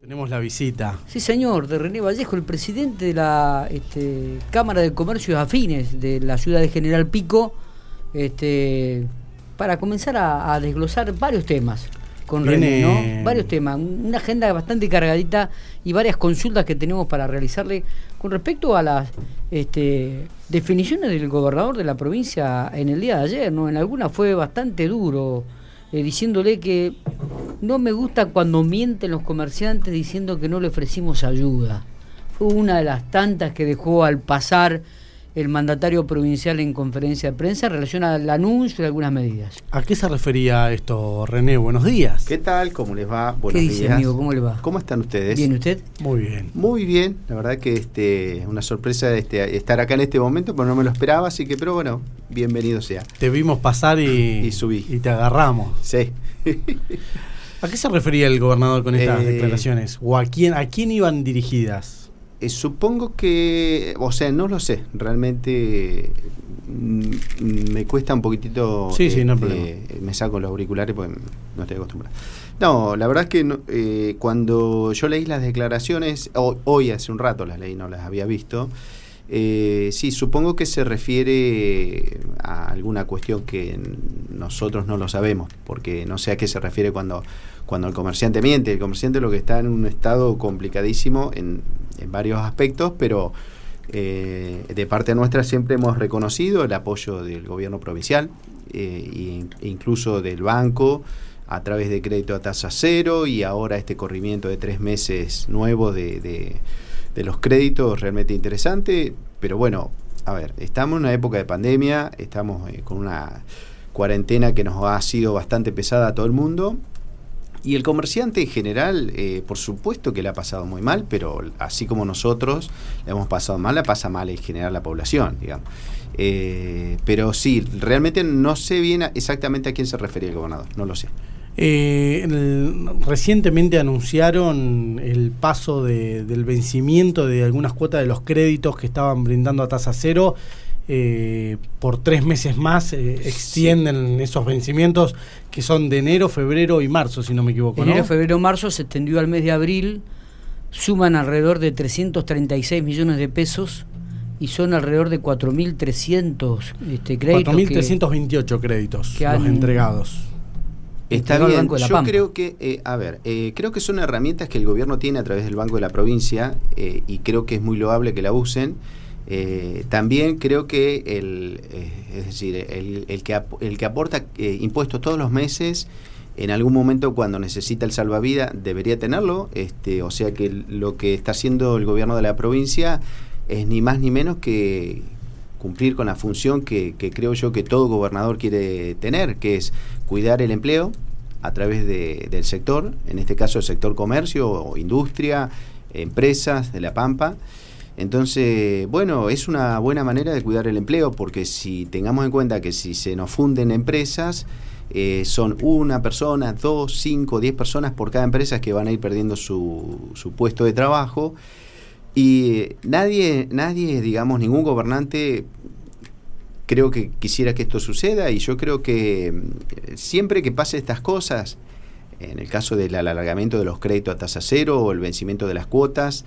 Tenemos la visita. Sí, señor, de René Vallejo, el presidente de la Cámara de Comercios Afines de la ciudad de General Pico, para comenzar a desglosar varios temas con René, ¿no? Varios temas, una agenda bastante cargadita y varias consultas que tenemos para realizarle con respecto a las definiciones del gobernador de la provincia en el día de ayer, ¿no? En algunas fue bastante duro, diciéndole que no me gusta cuando mienten los comerciantes diciendo que no le ofrecimos ayuda. Fue una de las tantas que dejó al pasar el mandatario provincial en conferencia de prensa en relación al anuncio de algunas medidas. ¿A qué se refería esto, René? Buenos días. ¿Qué tal? ¿Cómo les va? Buenos ¿Qué dice, días, amigo? ¿Cómo le va? ¿Cómo están ustedes? ¿Bien usted? Muy bien. Muy bien. La verdad que una sorpresa estar acá en este momento, pero no me lo esperaba, así que, pero bueno, bienvenido sea. Te vimos pasar y subí. Y te agarramos. Sí. ¿A qué se refería el gobernador con estas declaraciones? ¿O a quién iban dirigidas? Supongo que, o sea, no lo sé, realmente me cuesta un poquitito. Sí, no hay problema. Me saco los auriculares porque no estoy acostumbrado. No, la verdad es que no, cuando yo leí las declaraciones, hoy hace un rato las leí, no las había visto. Sí, supongo que se refiere a alguna cuestión que nosotros no lo sabemos, porque no sé a qué se refiere cuando el comerciante miente. El comerciante lo que está en un estado complicadísimo en varios aspectos, pero de parte nuestra siempre hemos reconocido el apoyo del gobierno provincial e incluso del banco a través de crédito a tasa cero y ahora este corrimiento de 3 meses nuevo de los créditos realmente interesante. Pero bueno, a ver, estamos en una época de pandemia, estamos con una cuarentena que nos ha sido bastante pesada a todo el mundo. Y el comerciante en general, por supuesto que la ha pasado muy mal, pero así como nosotros la hemos pasado mal, la pasa mal en general la población, digamos. Pero sí, realmente no sé bien exactamente a quién se refería el gobernador, no lo sé. Recientemente anunciaron el paso del vencimiento de algunas cuotas de los créditos que estaban brindando a tasa cero. Por 3 meses más extienden esos vencimientos que son de enero, febrero y marzo, si no me equivoco, ¿no? Enero, febrero, marzo se extendió al mes de abril, suman alrededor de 336 millones de pesos y son alrededor de 4.300 créditos. 4.328 créditos que los entregados. Está bien, yo creo que, creo que son herramientas que el gobierno tiene a través del Banco de la Provincia y creo que es muy loable que la usen. También creo que el que aporta impuestos todos los meses, en algún momento cuando necesita el salvavidas debería tenerlo, o sea que lo que está haciendo el gobierno de la provincia es ni más ni menos que cumplir con la función que creo yo que todo gobernador quiere tener, que es cuidar el empleo a través del sector, en este caso el sector comercio o industria, empresas de La Pampa. Entonces, bueno, es una buena manera de cuidar el empleo, porque si tengamos en cuenta que si se nos funden empresas, son 1 persona, 2, 5, 10 personas por cada empresa que van a ir perdiendo su puesto de trabajo. Y nadie, digamos, ningún gobernante creo que quisiera que esto suceda, y yo creo que siempre que pase estas cosas, en el caso del alargamiento de los créditos a tasa cero o el vencimiento de las cuotas,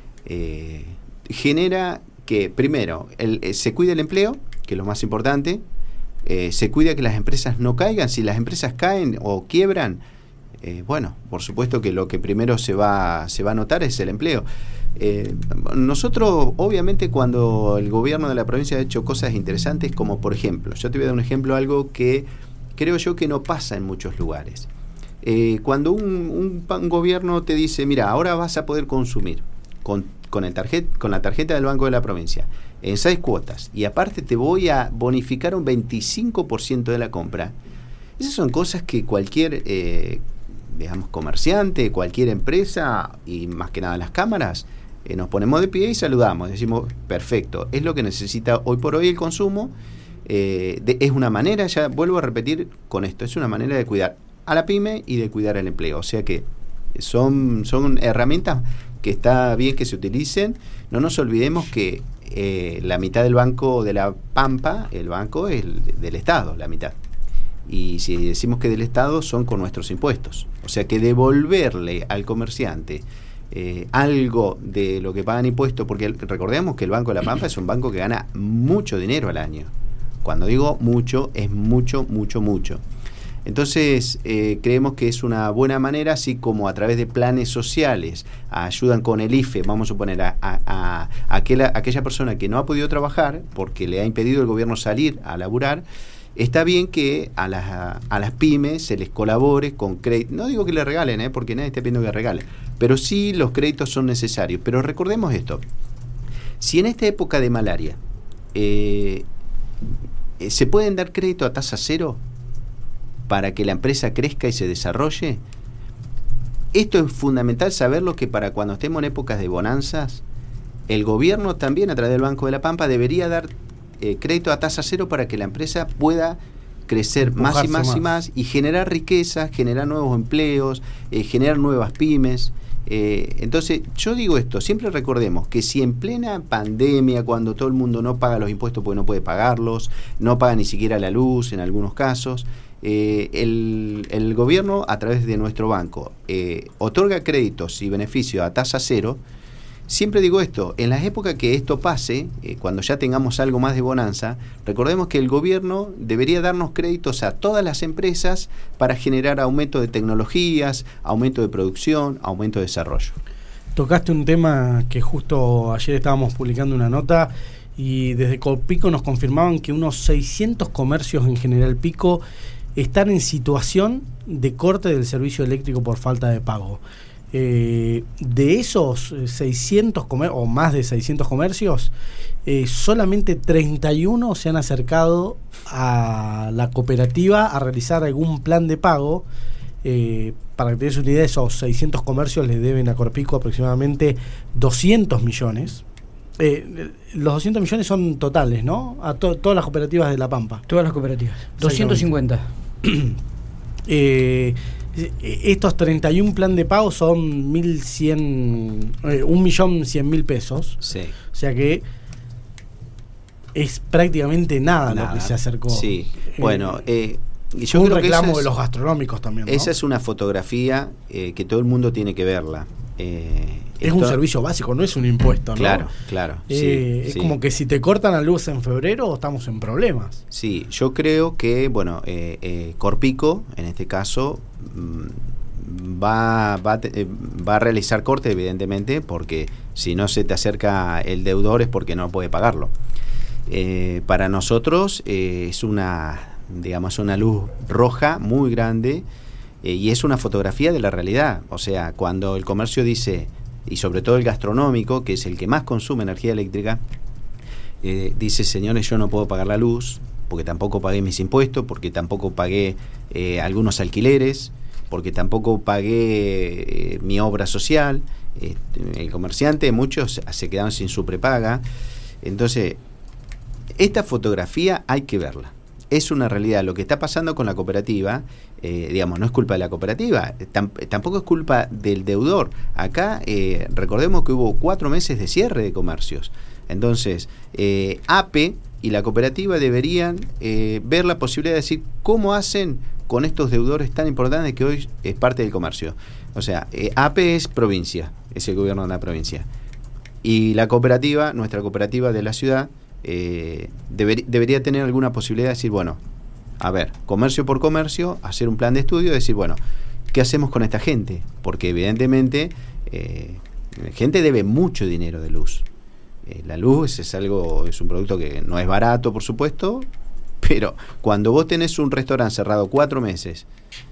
genera que primero se cuide el empleo, que es lo más importante, se cuida que las empresas no caigan. Si las empresas caen o quiebran, bueno, por supuesto que lo que primero se va a notar es el empleo. Nosotros, obviamente, cuando el gobierno de la provincia ha hecho cosas interesantes, como por ejemplo, yo te voy a dar un ejemplo, algo que creo yo que no pasa en muchos lugares. Cuando un gobierno te dice, mira, ahora vas a poder consumir con la tarjeta del Banco de la Provincia en 6 cuotas y aparte te voy a bonificar un 25% de la compra. Esas son cosas que cualquier digamos comerciante, cualquier empresa y más que nada las cámaras, nos ponemos de pie y saludamos, decimos perfecto, es lo que necesita hoy por hoy el consumo. Es una manera, ya vuelvo a repetir con esto, es una manera de cuidar a la pyme y de cuidar el empleo, o sea que son herramientas que está bien que se utilicen. No nos olvidemos que la mitad del Banco de la Pampa, el banco es del Estado, la mitad. Y si decimos que del Estado, son con nuestros impuestos. O sea que devolverle al comerciante algo de lo que pagan impuestos, porque recordemos que el Banco de la Pampa es un banco que gana mucho dinero al año. Cuando digo mucho, es mucho, mucho, mucho. Entonces, creemos que es una buena manera, así como a través de planes sociales ayudan con el IFE, vamos a suponer, a aquella persona que no ha podido trabajar porque le ha impedido el gobierno salir a laburar. Está bien que a las pymes se les colabore con créditos. No digo que le regalen, porque nadie está pidiendo que regalen, pero sí los créditos son necesarios. Pero recordemos esto: si en esta época de malaria se pueden dar crédito a tasa cero para que la empresa crezca y se desarrolle, esto es fundamental saberlo, que para cuando estemos en épocas de bonanzas, el gobierno también a través del Banco de la Pampa debería dar crédito a tasa cero para que la empresa pueda crecer más y más y más y generar riqueza, generar nuevos empleos, generar nuevas pymes. Entonces yo digo esto, siempre recordemos que si en plena pandemia, cuando todo el mundo no paga los impuestos porque no puede pagarlos, no paga ni siquiera la luz en algunos casos, el gobierno a través de nuestro banco otorga créditos y beneficios a tasa cero. Siempre digo esto, en las épocas que esto pase, cuando ya tengamos algo más de bonanza, recordemos que el gobierno debería darnos créditos a todas las empresas para generar aumento de tecnologías, aumento de producción, aumento de desarrollo. Tocaste un tema que justo ayer estábamos publicando una nota y desde Corpico nos confirmaban que unos 600 comercios en General Pico están en situación de corte del servicio eléctrico por falta de pago. De esos 600 o más de 600 comercios, solamente 31 se han acercado a la cooperativa a realizar algún plan de pago. Para que te des una idea, esos 600 comercios les deben a Corpico aproximadamente 200 millones. Los 200 millones son totales, ¿no? A todas las cooperativas de La Pampa. Todas las cooperativas. 250. Estos 31 plan de pago son 1.100.000 pesos. Sí. O sea que es prácticamente nada lo que se acercó. Sí. Bueno, yo creo reclamo de los gastronómicos también, ¿no? Esa es una fotografía que todo el mundo tiene que verla. Es un servicio básico, no es un impuesto, ¿no? Claro. Es como que si te cortan la luz en febrero, estamos en problemas. Sí, yo creo que, Corpico, en este caso, va a realizar corte, evidentemente, porque si no se te acerca el deudor es porque no puede pagarlo. Para nosotros es una luz roja muy grande, y es una fotografía de la realidad. O sea, cuando el comercio dice, y sobre todo el gastronómico, que es el que más consume energía eléctrica, dice: señores, yo no puedo pagar la luz, porque tampoco pagué mis impuestos, porque tampoco pagué algunos alquileres, porque tampoco pagué mi obra social. El comerciante, muchos se quedaron sin su prepaga. Entonces, esta fotografía hay que verla. Es una realidad. Lo que está pasando con la cooperativa, no es culpa de la cooperativa, tampoco es culpa del deudor. Acá recordemos que hubo 4 meses de cierre de comercios. Entonces, APE y la cooperativa deberían ver la posibilidad de decir cómo hacen con estos deudores tan importantes que hoy es parte del comercio. O sea, APE es provincia, es el gobierno de la provincia. Y la cooperativa, nuestra cooperativa de la ciudad, debería tener alguna posibilidad de decir, a ver, comercio por comercio, hacer un plan de estudio, decir, ¿qué hacemos con esta gente? Porque evidentemente la gente debe mucho dinero de luz. La luz es un producto que no es barato, por supuesto, pero cuando vos tenés un restaurante cerrado 4 meses,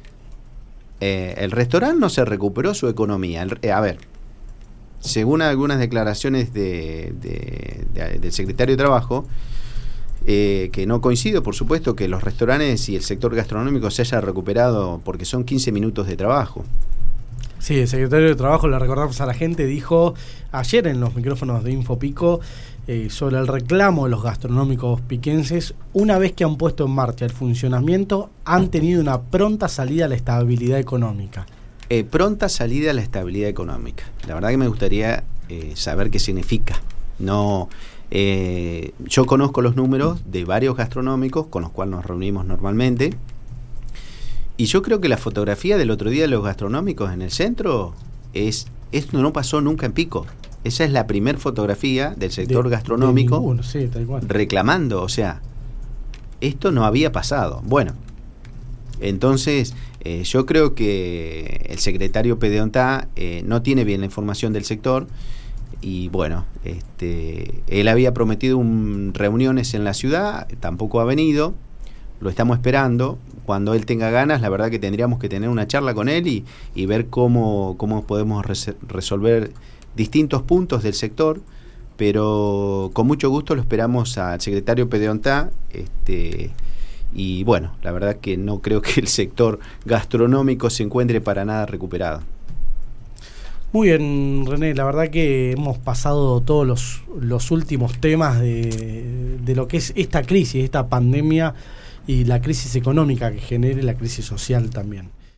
el restaurante no se recuperó su economía. Según algunas declaraciones del secretario de Trabajo, que no coincido, por supuesto, que los restaurantes y el sector gastronómico se haya recuperado porque son 15 minutos de trabajo. Sí, el secretario de Trabajo, le recordamos a la gente, dijo ayer en los micrófonos de Infopico sobre el reclamo de los gastronómicos piquenses: una vez que han puesto en marcha el funcionamiento, han tenido una pronta salida a la estabilidad económica. Pronta salida a la estabilidad económica. La verdad que me gustaría saber qué significa. Yo conozco los números de varios gastronómicos con los cuales nos reunimos normalmente, y yo creo que la fotografía del otro día de los gastronómicos en el centro es esto no pasó nunca en Pico. Esa es la primer fotografía del sector gastronómico de ninguno, sí, tal cual. Reclamando, o sea, esto no había pasado. Bueno, entonces yo creo que el secretario Pedeontá no tiene bien la información del sector y bueno, él había prometido reuniones en la ciudad, tampoco ha venido, lo estamos esperando. Cuando él tenga ganas, la verdad que tendríamos que tener una charla con él y ver cómo podemos resolver distintos puntos del sector, pero con mucho gusto lo esperamos al secretario Pedeontá, y bueno, la verdad que no creo que el sector gastronómico se encuentre para nada recuperado. Muy bien, René, la verdad que hemos pasado todos los últimos temas de lo que es esta crisis, esta pandemia y la crisis económica que genere la crisis social también.